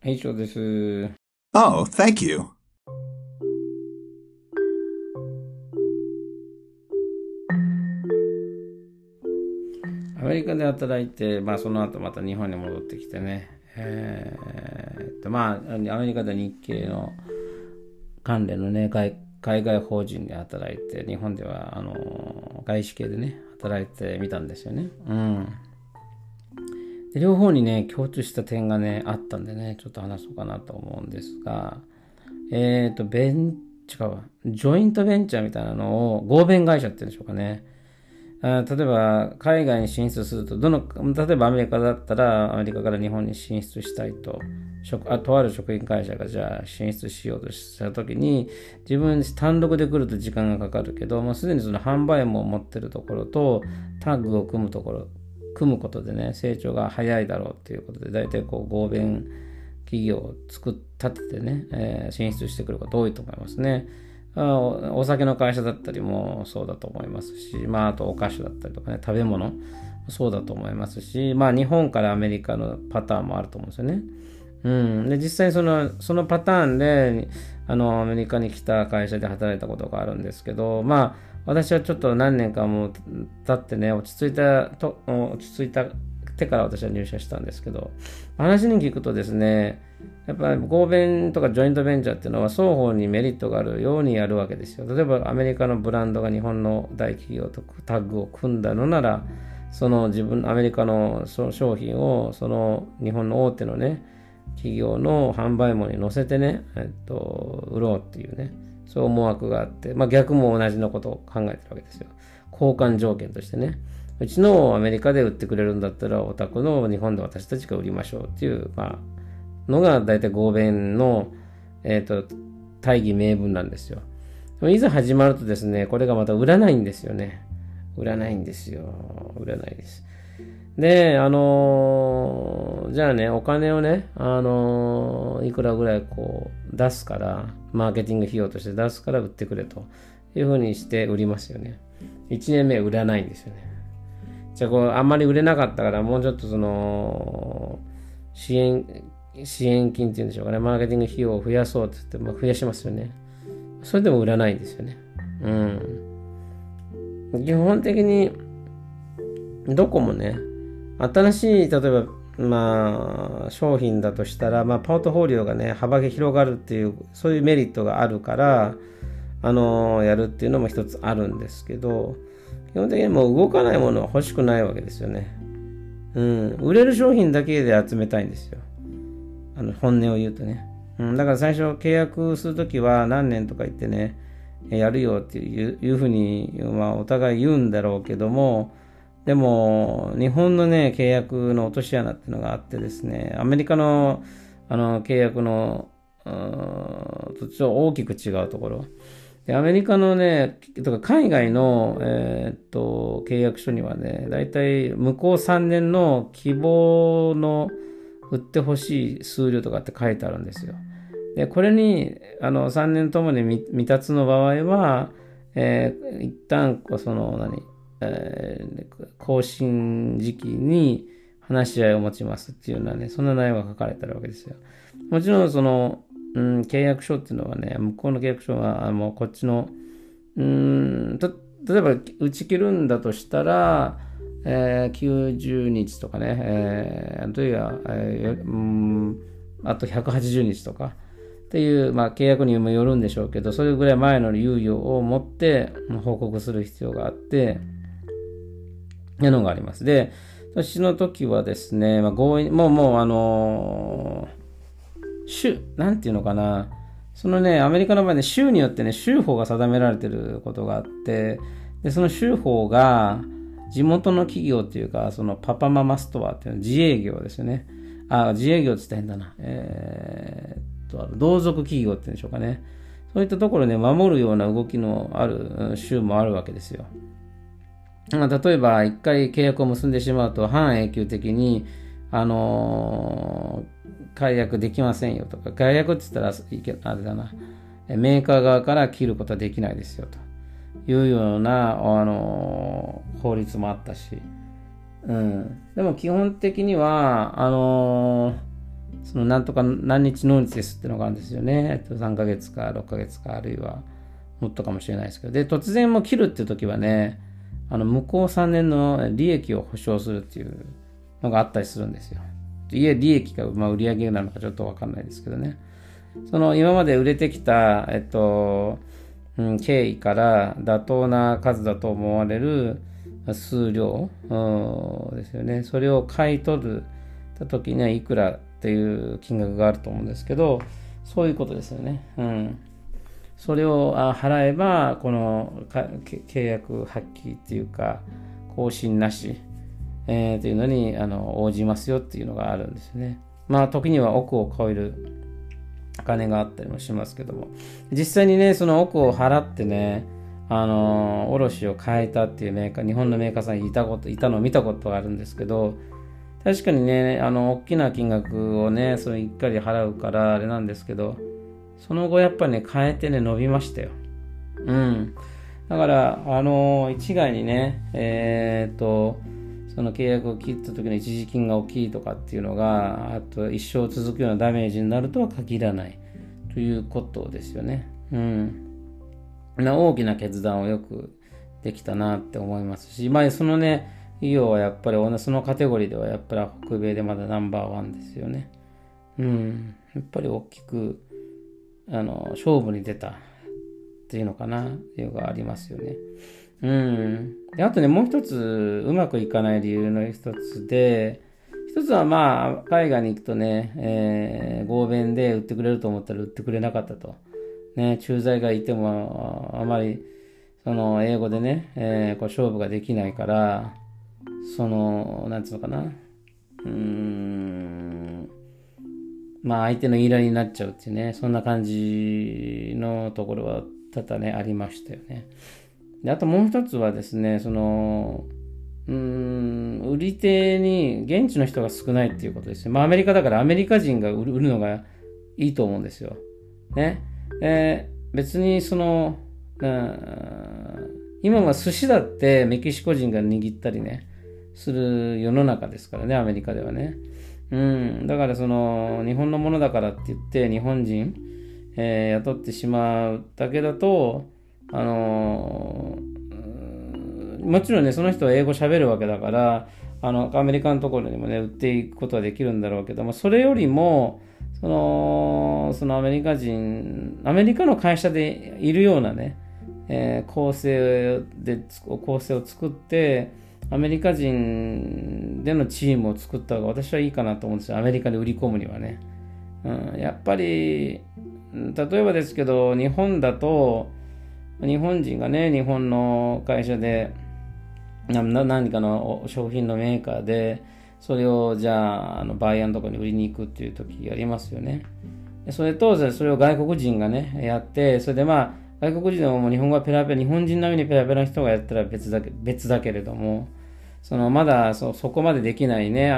はい、以上です。 Oh, thank you. アメリカで働いて、その後また日本に戻ってきてね、アメリカで日系の関連のね、海外法人で働いて、日本では、外資系でね、働いてみたんですよね。うん。で両方にね、共通した点がね、あったんでね、ちょっと話そうかなと思うんですが、違うわ。ジョイントベンチャーみたいなのを合弁会社って言うんでしょうかね。例えば、海外に進出すると、例えばアメリカだったら、アメリカから日本に進出したいと、とある食品会社がじゃあ進出しようとしたときに、自分単独で来ると時間がかかるけど、すでにその販売網を持ってるところと、タッグを組むことでね、成長が早いだろうっていうことで、大体こう合弁企業を立ててね、進出してくること多いと思いますね。お酒の会社だったりもそうだと思いますし、あとお菓子だったりとかね、食べ物そうだと思いますし、日本からアメリカのパターンもあると思うんですよね。うん。で、実際そのパターンで、アメリカに来た会社で働いたことがあるんですけど、私はちょっと何年かも経ってね、落ち着いたてから私は入社したんですけど、話に聞くとですね、やっぱり合弁とかジョイントベンチャーっていうのは双方にメリットがあるようにやるわけですよ。例えばアメリカのブランドが日本の大企業とタッグを組んだのなら、アメリカの商品をその日本の大手のね、企業の販売網に載せてね、売ろうっていうね、そう思惑があって、逆も同じのことを考えてるわけですよ。交換条件としてね。うちのをアメリカで売ってくれるんだったら、お宅の日本で私たちが売りましょうっていう、のが大体合弁の、大義名分なんですよ。でもいざ始まるとですね、これがまた売らないんですよね。売らないんですよ。売らないです。で、じゃあね、お金をね、いくらぐらいこう出すから、マーケティング費用として出すから売ってくれというふうにして売りますよね。1年目売らないんですよね。じゃああんまり売れなかったから、もうちょっと支援、支援金っていうんでしょうかね、マーケティング費用を増やそうって言って、増やしますよね。それでも売らないんですよね。うん。基本的に、どこもね、新しい、例えば、商品だとしたら、ポートフォリオがね、幅が広がるっていう、そういうメリットがあるから、やるっていうのも一つあるんですけど、基本的にもう動かないものは欲しくないわけですよね。うん。売れる商品だけで集めたいんですよ。本音を言うとね。うん。だから最初契約するときは何年とか言ってね、やるよっていうふうに、お互い言うんだろうけども、でも、日本のね、契約の落とし穴っていうのがあってですね、アメリカの、契約の、とちょっと大きく違うところ。で、アメリカのね、とか海外の、契約書にはね、だいたい向こう3年の希望の売ってほしい数量とかって書いてあるんですよ。で、これに、3年ともに未達の場合は、一旦、更新時期に話し合いを持ちますっていうようなね、そんな内容が書かれてあるわけですよ。もちろん、契約書っていうのはね、向こうの契約書は、もうこっちの、例えば、打ち切るんだとしたら、90日とかね、あるいは、あと180日とかっていう、契約にもよるんでしょうけど、それぐらい前の猶予を持って報告する必要があって、いうのがあります。で、私の時はですね、合意、もうなんていうのかな、そのね、アメリカの場合ね、州によってね、州法が定められてることがあって、で、その州法が、地元の企業っていうか、そのパパママストアっていうのは自営業ですよね。自営業って言ったら変だな。同族企業っていうんでしょうかね。そういったところね、守るような動きのある州もあるわけですよ。例えば、一回契約を結んでしまうと、半永久的に、解約できませんよとか、解約って言ったら、あれだな、メーカー側から切ることはできないですよというような、法律もあったし、うん。でも基本的には、 そのなんとか何日納日ですっていうのがあるんですよね。3ヶ月か6ヶ月か、あるいはもっとかもしれないですけど。で、突然もう切るっていう時はね、向こう3年の利益を保証するっていうのがあったりするんですよ。利益か、売上なのかちょっとわかんないですけどね。その今まで売れてきた、経緯から妥当な数だと思われる数量ですよね。それを買い取った時にはいくらっていう金額があると思うんですけど、そういうことですよね。それを払えば、この契約発揮っていうか、更新なし、というのに応じますよっていうのがあるんですよね。時には億を超えるお金があったりもしますけども、実際にね、その億を払ってね、卸を変えたっていうメーカー、日本のメーカーさんいたのを見たことがあるんですけど、確かにね、大きな金額をね、それ一回払うからあれなんですけど、その後やっぱりね、変えてね、伸びましたよ。だから、一概にね、その契約を切った時の一時金が大きいとかっていうのが、あと一生続くようなダメージになるとは限らないということですよね。大きな決断をよくできたなって思いますし、そのね、医療はやっぱりそのカテゴリーではやっぱり北米でまだナンバーワンですよね。やっぱり大きく勝負に出たっていうのかなっていうのがありますよね。であとね、もう一つうまくいかない理由の一つで、一つは海外に行くとね、合弁で売ってくれると思ったら売ってくれなかったと。ね、駐在がいてもあまりその英語でね、勝負ができないから、なんつうのかな。相手の言いなりになっちゃうっていうね、そんな感じのところは多々ね、ありましたよね。で、あともう一つはですね、売り手に現地の人が少ないっていうことですね。アメリカだからアメリカ人が売るのがいいと思うんですよ。ね。別に今は寿司だってメキシコ人が握ったりね、する世の中ですからね、アメリカではね。だから日本のものだからって言って日本人、雇ってしまうだけだと、もちろんね、その人は英語喋るわけだから、アメリカのところにもね、売っていくことはできるんだろうけども、それよりも、そのアメリカの会社でいるようなね、構成を作って、アメリカ人でのチームを作った方が私はいいかなと思うんですよ。アメリカで売り込むにはね。やっぱり、例えばですけど、日本だと、日本人がね、日本の会社で、何かの商品のメーカーで、それをじゃあ、バイヤーのところに売りに行くっていう時ありますよね。それと、それを外国人がね、やって、それで外国人はもう日本語がペラペラ、日本人並みにペラペラな人がやったら別だけれども、まだそこまでできないね、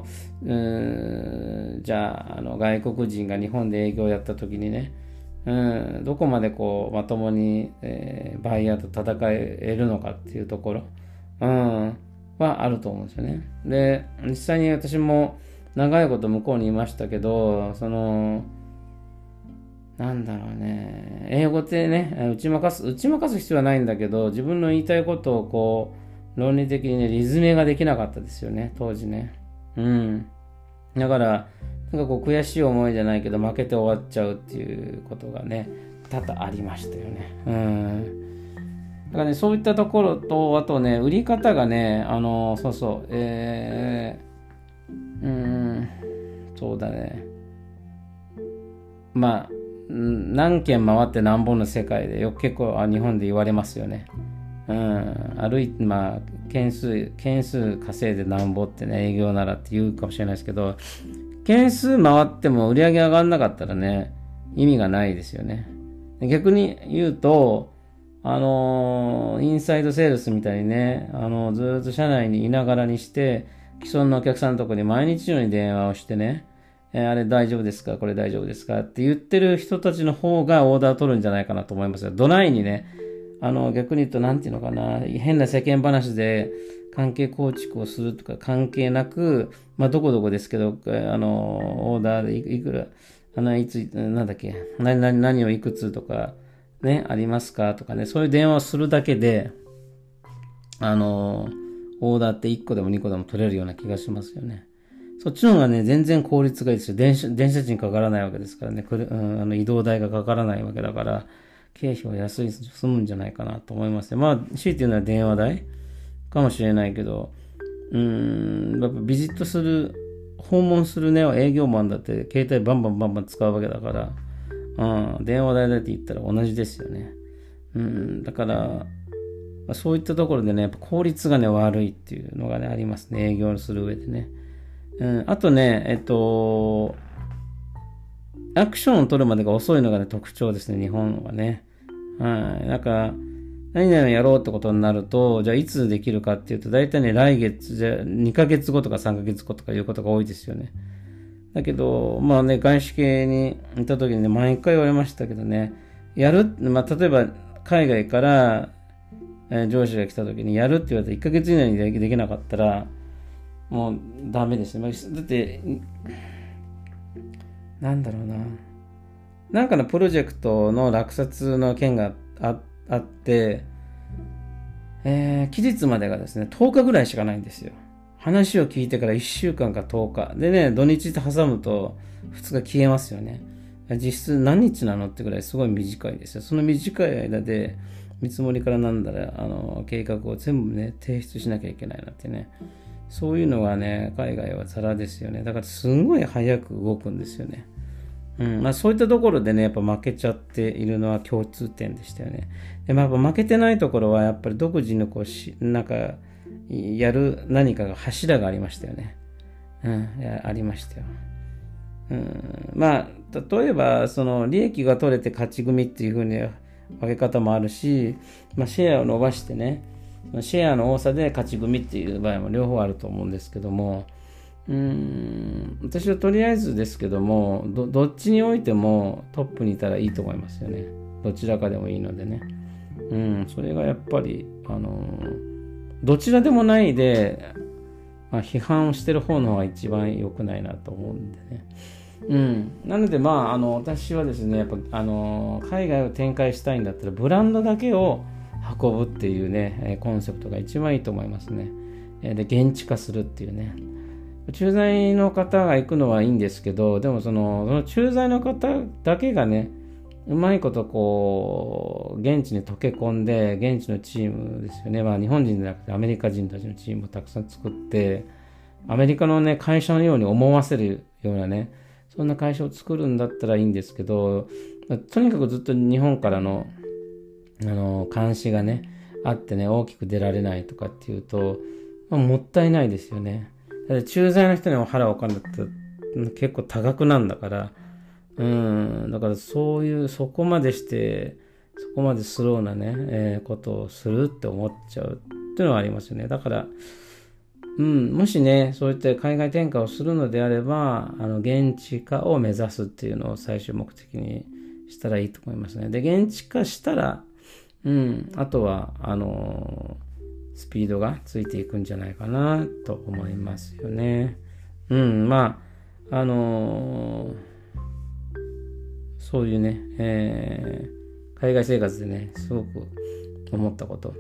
じゃあ、外国人が日本で営業をやった時にね、どこまでまともに、バイヤーと戦えるのかっていうところ、はあると思うんですよね。で、実際に私も長いこと向こうにいましたけど、なんだろうね、英語ってね、打ち負かす必要はないんだけど、自分の言いたいことを論理的にね、リズメができなかったですよね、当時ね。だから、悔しい思いじゃないけど、負けて終わっちゃうっていうことがね、多々ありましたよね。だからね、そういったところと、あとね、売り方がね、そうだね。何件回って何本の世界で結構日本で言われますよね。件数稼いでなんぼってね、営業ならって言うかもしれないですけど、件数回っても売り上げ上がんなかったらね、意味がないですよね。逆に言うと、インサイドセールスみたいにね、ずっと社内にいながらにして、既存のお客さんのところに毎日のように電話をしてね、あれ大丈夫ですか？これ大丈夫ですか？って言ってる人たちの方がオーダー取るんじゃないかなと思いますよ。どないにね、逆に言うと、なんていうのかな、変な世間話で関係構築をするとか関係なく、どこどこですけど、オーダーでいくら、いつ、なんだっけ、何をいくつとか、ね、ありますかとかね、そういう電話をするだけで、オーダーって1個でも2個でも取れるような気がしますよね。そっちの方がね、全然効率がいいですよ。電車賃かからないわけですからね、移動代がかからないわけだから、経費は安い済むんじゃないかなと思いますね。強いて言うのは電話代かもしれないけど、やっぱビジットする、訪問するね、営業マンだって携帯バンバン使うわけだから、電話代だって言ったら同じですよね。だから、そういったところでね、やっぱ効率がね、悪いっていうのがね、ありますね。営業する上でね。あとね、アクションを取るまでが遅いのがね、特徴ですね、日本はね。なんか、何々やろうってことになると、じゃあいつできるかっていうと、大体ね、来月、じゃあ2ヶ月後とか3ヶ月後とかいうことが多いですよね。だけど、外資系にいた時にね、毎回言われましたけどね、例えば海外から、上司が来た時にやるって言われたら1ヶ月以内にできなかったら、もうダメですね。だって、なんだろうな。なんかのプロジェクトの落札の件があって、期日までがですね、10日ぐらいしかないんですよ。話を聞いてから1週間か10日。でね、土日で挟むと2日消えますよね。実質何日なのってぐらいすごい短いですよ。その短い間で、見積もりからなんだら、計画を全部ね、提出しなきゃいけないなんてね。そういうのがね、海外はザラですよね。だからすごい早く動くんですよね。そういったところでね、やっぱ負けちゃっているのは共通点でしたよね。でやっぱ負けてないところは、やっぱり独自のなんか、やる何かが柱がありましたよね。ありましたよ。例えば、その利益が取れて勝ち組っていう風に分け方もあるし、シェアを伸ばしてね、シェアの多さで勝ち組っていう場合も両方あると思うんですけども、私はとりあえずですけども、どっちにおいてもトップにいたらいいと思いますよね。どちらかでもいいのでね。それがやっぱり、どちらでもないで、批判をしてる方の方が一番良くないなと思うんでね。なので、私はですね、やっぱ、海外を展開したいんだったら、ブランドだけを運ぶっていうね、コンセプトが一番いいと思いますね。で、現地化するっていうね。駐在の方が行くのはいいんですけど、でもその駐在の方だけがね、うまいことこう、現地に溶け込んで、現地のチームですよね。日本人じゃなくてアメリカ人たちのチームをたくさん作って、アメリカのね、会社のように思わせるようなね、そんな会社を作るんだったらいいんですけど、とにかくずっと日本からの、監視がね、あってね、大きく出られないとかっていうと、もったいないですよね。駐在の人にも払うお金って結構多額なんだから、だからそこまでして、そこまでスローなね、ことをするって思っちゃうっていうのはありますよね。だから、もしね、そういった海外展開をするのであれば、現地化を目指すっていうのを最終目的にしたらいいと思いますね。で、現地化したら、あとは、スピードがついていくんじゃないかなと思いますよね。そういうね、海外生活でね、すごく思ったこと。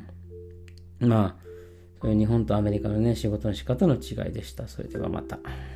そういう日本とアメリカのね、仕事の仕方の違いでした。それではまた。